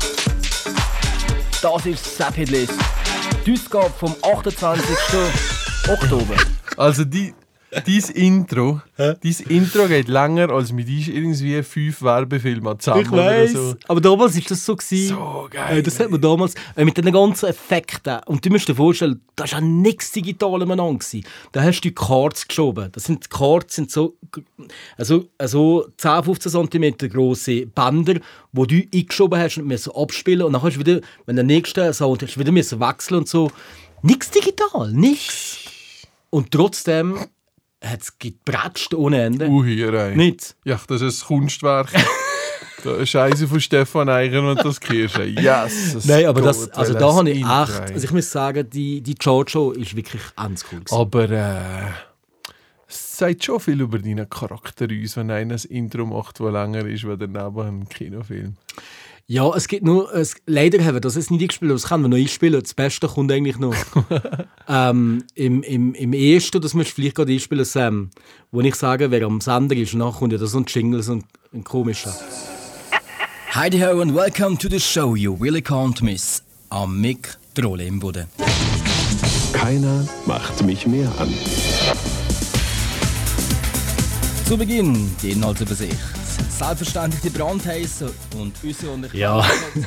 Das ist Zapp Hitlist. Die Ausgabe vom achtundzwanzigsten Oktober. Also die, dein Intro, dein Intro geht länger als mit uns irgendwie fünf Werbefilme zusammen. Ich weiss, oder so. aber damals war das so. Gewesen. So geil. Äh, das hat man damals äh, mit den ganzen Effekten. Und du musst dir vorstellen, da war ja nichts digital umeinander. gewesen. Da hast du die Cards geschoben. Das sind, die Cards sind so also, also zehn, fünfzehn Zentimeter grosse Bänder, die du eingeschoben hast und musst abspielen. Und dann hast du wieder, wenn der nächste Sound hast, du wieder müssen wechseln und so. Nichts digital, nichts. Und trotzdem hat es gepratscht ohne Ende. Uhierei. Nicht? Ja, das ist ein Kunstwerk. Da Scheiße von Stefan Eichen und das Kirsche. Yes! Nein, aber das, Gott, also weil da es habe ich Intro, echt, ey. also ich muss sagen, die, die Chart-Show ist wirklich ganz cool gewesen. Aber äh, es sagt schon viel über deinen Charakter aus, wenn einer ein Intro macht, das länger ist, als daneben ein Kinofilm. Ja, es gibt nur, es, leider haben wir das jetzt nicht eingespielt, aber das können wir noch einspielen. Das Beste kommt eigentlich noch. ähm, im, im, Im ersten, das musst du vielleicht gerade einspielen, Sam, wo ich sage, wer am Sender ist, nachher kommt ja da so ein Jingle, so ein, ein komischer. Heidi ho and welcome to the show you really can't miss. Am Mick Trolle im Boden. Keiner macht mich mehr an. Zu Beginn die Inhaltsübersicht. selbstverständlich die Brandheißer und unsere Ja.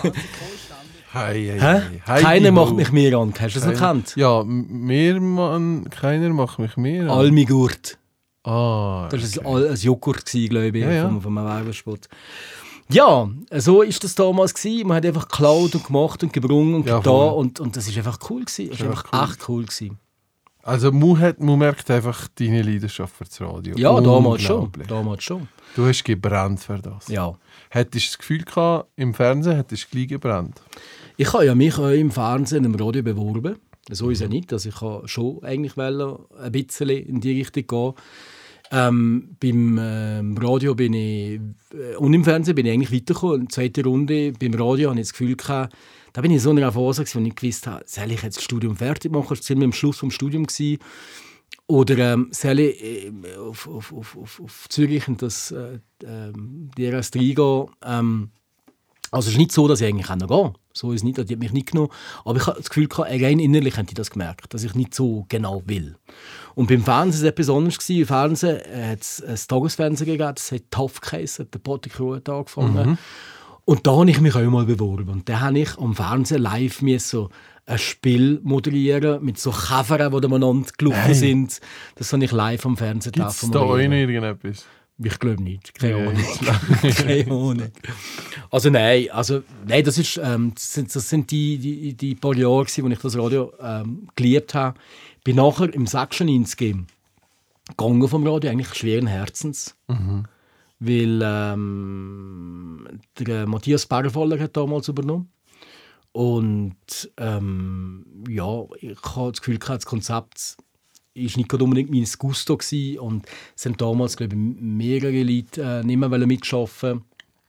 Hey, hey, Hä? hey. Keiner Hey, macht ho. mich mehr an. Hast du das noch Keiner- gekannt? Ja, mehr man, keiner macht mich mehr an. Almigurt. Ah, Das war okay. ein, ein Joghurt, glaube ich, Ja, ja. vom, vom Werbespot. Ja, so war das damals gewesen. Man hat einfach geklaut und gemacht und gebrungen und Ja, getan voll. und, und das war einfach cool gewesen. Das Ja, war einfach cool. echt cool gewesen. Also man, hat, man merkt einfach deine Leidenschaft für das Radio. Ja, damals schon. Unglaublich. Damals schon. Du hast gebrannt für das. Ja. Hättest du das Gefühl gehabt, im Fernsehen hättest du gleich gebrannt? Ich habe ja mich auch im Fernsehen, im Radio beworben. So ist es ja nicht. Also ich wollte schon eigentlich wollen, ein bisschen in die Richtung gehen. Ähm, beim ähm, Radio bin ich, äh, und im Fernsehen bin ich eigentlich weitergekommen. In der zweiten Runde beim Radio hatte ich das Gefühl gehabt, da bin ich in so einer Phase, wo ich gewusst habe, soll ich jetzt das Studium fertig machen? Das war ziemlich am Schluss des Studiums. Gewesen. Oder ähm, soll ich äh, auf, auf, auf, auf, auf Zürich und das äh, äh, D R S drei gehen? Ähm, also es ist nicht so, dass ich eigentlich auch noch gehe. So ist es nicht, die hat mich nicht genommen. Aber ich habe das Gefühl, gehabt, rein innerlich habe ich das gemerkt, dass ich nicht so genau will. Und beim Fernsehen war es etwas anderes. Im Fernsehen äh, hat es ein Tagesfernsehen gegeben, das hat Tough Case, hat der Patrick Ruhe angefangen. Mhm. Und da habe ich mich auch mal beworben. Und dann habe ich am Fernsehen live mir so ein Spiel moderieren mit so Covern, die umeinander gelaufen Hey. sind. Das habe ich live am Fernsehen Gibt es dürfen da auch moderieren. noch irgendetwas? Ich glaube nicht. Keine Ja. Ahnung. Keine Ahnung. Also nein, also, nein das, ist, ähm, das sind, das sind die, die, die paar Jahre, gewesen, wo ich das Radio ähm, geliebt habe. Bin nachher im sechsundneunzig gegangen vom Radio, eigentlich schweren Herzens. Mhm. Weil ähm, der Matthias Bergfaller hat damals übernommen. Und ähm, ja, ich habe das Gefühl, das Konzept ist nicht unbedingt mein Gusto gewesen. Und es haben damals, glaube ich, mehrere Leute äh, nicht mehr mitarbeiten.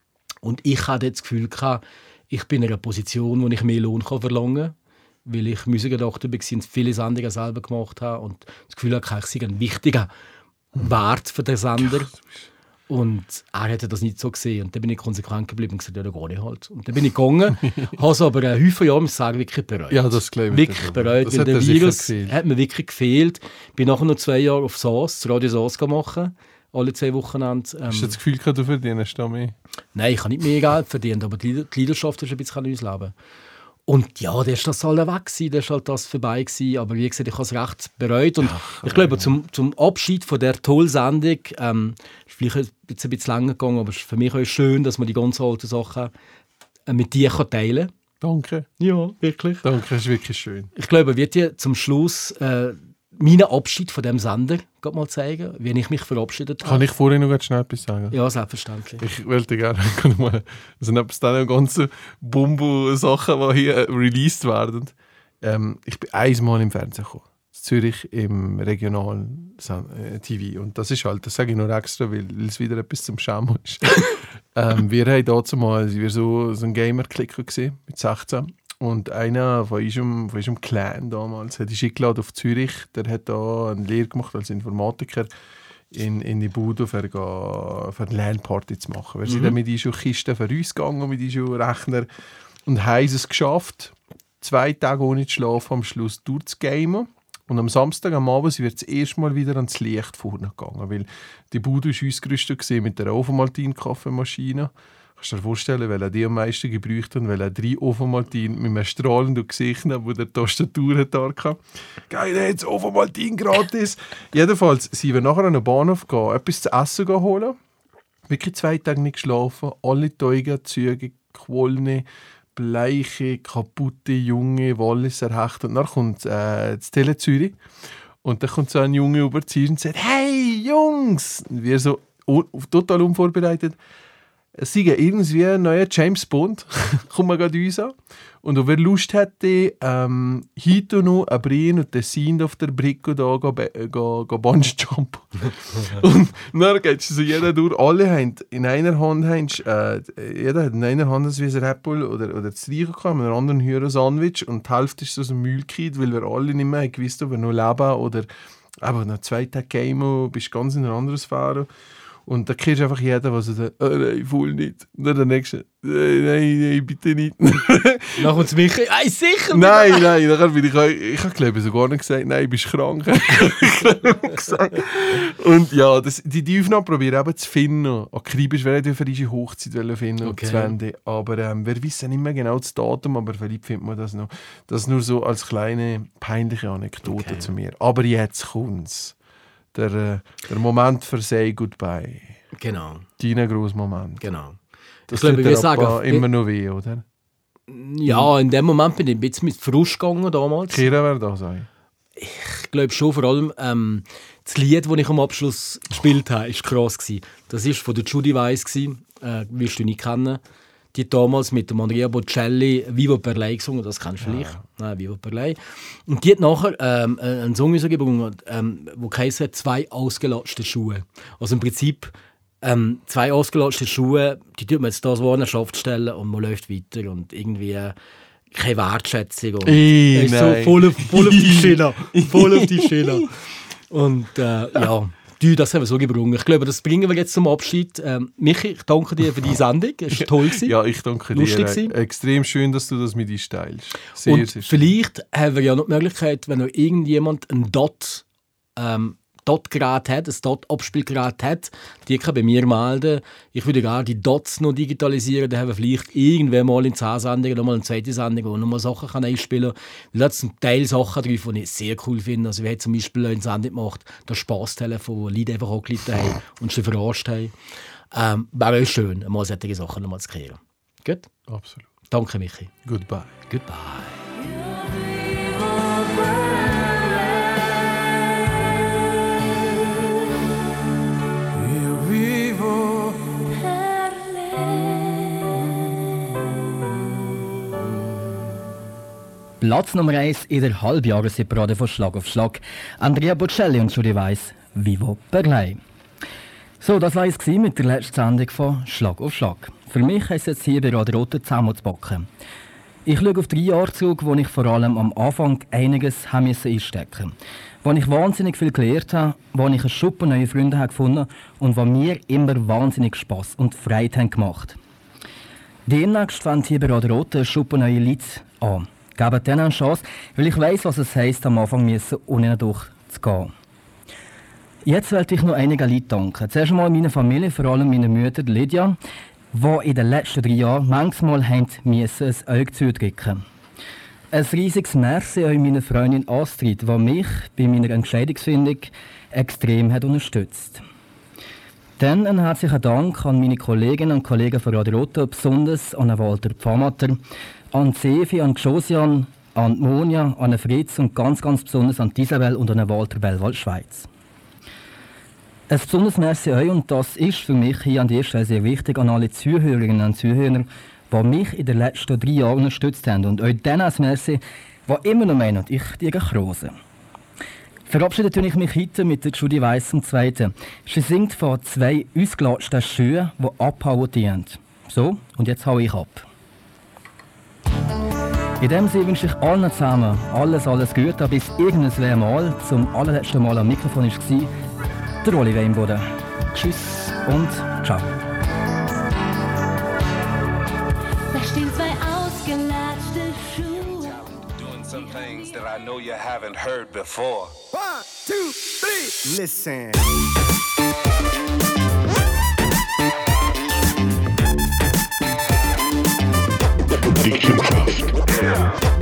Und ich hatte das Gefühl, gehabt, ich bin in einer Position, wo ich mehr Lohn kann verlangen kann, weil ich Musikredakteur war und viele Sendungen selber gemacht habe. Und das Gefühl hatte, ich sei ein wichtiger Wert für den Sender. Und er hätte das nicht so gesehen. Und dann bin ich konsequent geblieben und gesagt, ja, da gehe ich halt. Und dann bin ich gegangen, habe es aber einen Haufen Jahre, muss ich sagen, wirklich bereut. Ja, das glaube ich. Wirklich dir. bereut, Das weil hat der dir sicher Virus gefehlt. hat mir wirklich gefehlt. Bin nachher noch zwei Jahre auf S A S, das Radio S A S machen, alle zwei Wochenende. Ähm, Hast du das Gefühl gehabt, du verdienst da mehr? Nein, ich habe nicht mehr Geld verdient, aber die Leid- die Leidenschaft ist ein bisschen unser Leben. Und ja, der ist das alle weg gewesen, der ist halt das vorbei gewesen. Aber wie gesagt, ich habe es recht bereut. Und Ach, ich glaube, zum, zum Abschied von der tollen Sendung, ähm, ist vielleicht ein bisschen, ein bisschen länger gegangen, aber es ist für mich auch schön, dass man die ganz alten Sachen äh, mit dir kann teilen kann. Danke. Ja, wirklich. Danke, das ist wirklich schön. Ich glaube, ich werde dir zum Schluss äh, meinen Abschied von diesem Sender grad mal zeigen, wie ich mich verabschiedet habe. Kann ich vorhin noch ganz schnell etwas sagen? Ja, selbstverständlich. Ich wollte gerne mal, es sind etwas dann ganze Bumbo-Sachen, die hier äh, released werden. Ähm, ich bin einmal im Fernsehen gekommen. In Zürich im regionalen äh, T V. Und das ist halt, das sage ich nur extra, weil es wieder etwas zum Schämen ist. ähm, wir haben dazu mal, wir so, so einen Gamer-Klicker gesehen mit sechzehn. Und einer von unserem, von unserem Clan damals hat ich eingeladen auf Zürich. Der hat da eine Lehre gemacht als Informatiker in, in die Bude, für, für eine LAN-Party zu machen. Wir sind Mhm. dann mit unserer Kiste für uns gegangen, mit unserem Rechner. Und haben es geschafft, zwei Tage ohne zu schlafen, am Schluss durchzugamen. Und am Samstag am Abend sind wir das erste Mal wieder ans Licht vorne gegangen, weil die Bude war ausgerüstet mit der Ovomaltin-Kaffeemaschine. Kannst du dir vorstellen, weil er die am meisten gebraucht hat, weil er drei Ovomaltin mit einem strahlenden Gesicht hat, wo der Tastatur hat. Geil, jetzt Ovomaltin gratis. Jedenfalls sind wir nachher an den Bahnhof gegangen, etwas zu essen holen. Wirklich zwei Tage nicht geschlafen, alle Tage Züge, quollene, bleiche, kaputte, junge Walliser Hechte. Und dann kommt äh, das Tele Zürich. Und dann kommt so ein Junge über die Tür und sagt: «Hey, Jungs!» Und wir so un- total unvorbereitet. Es sei irgendwie ein neuer James Bond. Kommen wir gerade uns an. Und wer Lust hätte, ähm, heute noch ein Brin und Tessin auf der Bricke da gehen Bungee-Jump. Und dann geht es so jeder durch. Alle haben in einer Hand, haben, äh, jeder hat in einer Hand ein Red Bull oder, oder das Reichen gehabt, in der anderen ein Sandwich. Und die Hälfte ist so ein Mühlkit, weil wir alle nicht mehr gewusst, ob wir noch leben oder aber nach zwei Tagen gamen, bist ganz in einer anderen Sphäre. Und da kriegst du einfach jeden, der so sagt, oh nein, voll nicht. Und dann der Nächste, nein, nein, nein, bitte nicht. Dann kommt es mich, ey, sicher nicht. Nein, nein, dann bin ich, ich habe glaube ich sogar nicht gesagt, nein, bist krank. Und ja, das, die, die Aufnahme probiere ich eben zu finden. Akribisch wäre ich für diese Hochzeit finden, okay. Zwende. Aber ähm, wir wissen nicht mehr genau das Datum, aber vielleicht findet man das noch. Das nur so als kleine, peinliche Anekdote okay. zu mir. Aber jetzt kommt's. Der, der Moment für «Say Goodbye». Genau. Dein grosser Moment. Genau. Das tut dir aber immer noch weh, oder? Ja, in dem Moment bin ich ein bisschen mit Frust gegangen damals. Kehren wäre das sein? Ich glaube schon, vor allem ähm, das Lied, das ich am Abschluss gespielt habe, war krass. Das war von der Judy Weiss, äh, wirst du nicht kennen. Die damals mit dem Andrea Bocelli «Vivo per lei» gesungen, das kennst du vielleicht. Ja. Nein, «Vivo per lei». Und die hat nachher ähm, einen Song rausgebracht, ähm, wo heisst «Zwei ausgelatschte Schuhe». Also im Prinzip ähm, zwei ausgelatschte Schuhe, die tut man jetzt das, wo man schafft, stellen und man läuft weiter und irgendwie äh, keine Wertschätzung. Und Ey, ist so voll auf, voll auf die Schiene. Voll auf die Schiene. Und äh, ja... Du, das haben wir so gebrungen. Ich glaube, das bringen wir jetzt zum Abschied. Ähm, Michi, ich danke dir für die Sendung. Es war toll. Ja, ich danke Lustig dir. Äh, extrem schön, dass du das mit uns teilst. Sehr, Und sehr schön. vielleicht haben wir ja noch die Möglichkeit, wenn noch irgendjemand ein Dot, ähm, Dot-Gerät hat, ein Dot-Abspielgerät hat, die kann bei mir melden. Ich würde gerne die Dots noch digitalisieren. Dann haben wir vielleicht irgendwann mal in zehn Sendungen noch mal eine zweite Sendung, wo man noch mal Sachen kann einspielen kann. Weil da sind Teil Sachen drauf, die ich sehr cool finde. Also wir haben zum Beispiel eine Sendung gemacht, das Spaßtelefon, wo Leute einfach angerufen haben und sie verarscht haben. Ähm, wäre auch schön, mal solche Sachen noch mal zu kreieren. Gut? Absolut. Danke, Michi. Goodbye. Goodbye. Platz Nummer eins in der Halbjahreshitparade von Schlag auf Schlag. Andrea Bocelli und Judy Weiss, «Vivo per lei». So, das war es mit der letzten Sendung von «Schlag auf Schlag». Für mich heisst es jetzt hier bei Radio Rote zusammenzupacken. Ich schaue auf drei Jahre zurück, wo ich vor allem am Anfang einiges einstecken musste. Wo ich wahnsinnig viel gelernt habe, wo ich einen Schuppen neue Freunde habe gefunden und wo mir immer wahnsinnig Spass und Freude haben gemacht. Demnächst fängt hier bei Radio Rote Schuppen neue Leute an. Geben denen eine Chance, weil ich weiss, was es heisst, am Anfang müssen, ohne durchzugehen. Jetzt möchte ich noch einigen Leuten danken. Zuerst einmal meiner Familie, vor allem meiner Mutter Lydia, die in den letzten drei Jahren manchmal ein Auge zudrücken. Ein riesiges Merci an meine Freundin Astrid, die mich bei meiner Entscheidungsfindung extrem hat unterstützt. Dann einen herzlichen Dank an meine Kolleginnen und Kollegen von Radio Rote, besonders an Walter Pfammatter, an Sefi, an Josian, an Monja, an Fritz und ganz, ganz besonders an Isabel und an Walter Bellwald Schweiz. Ein besonderes Merci euch, und das ist für mich hier an dieser Stelle sehr wichtig, an alle Zuhörerinnen und Zuhörer, die mich in den letzten drei Jahren unterstützt haben. Und euch dann ein Merci, die immer noch meinen, und ich die Grosse. Verabschiedet ich mich heute mit der Judy Weiss zum Zweiten. Sie singt von zwei ausgelatschten Schuhen, die abhauen dienen. So, und jetzt hau ich ab. In dem Sinne wünsche ich allen zusammen alles, alles Gute, bis irgendwann Mal zum allerletzten Mal am Mikrofon war der Rolli Weinboden. Tschüss und ciao. Da stehen zwei ausgelatschte Schuhe. Doing some things that I know you haven't heard before. One, two, three, listen. Diction Craft.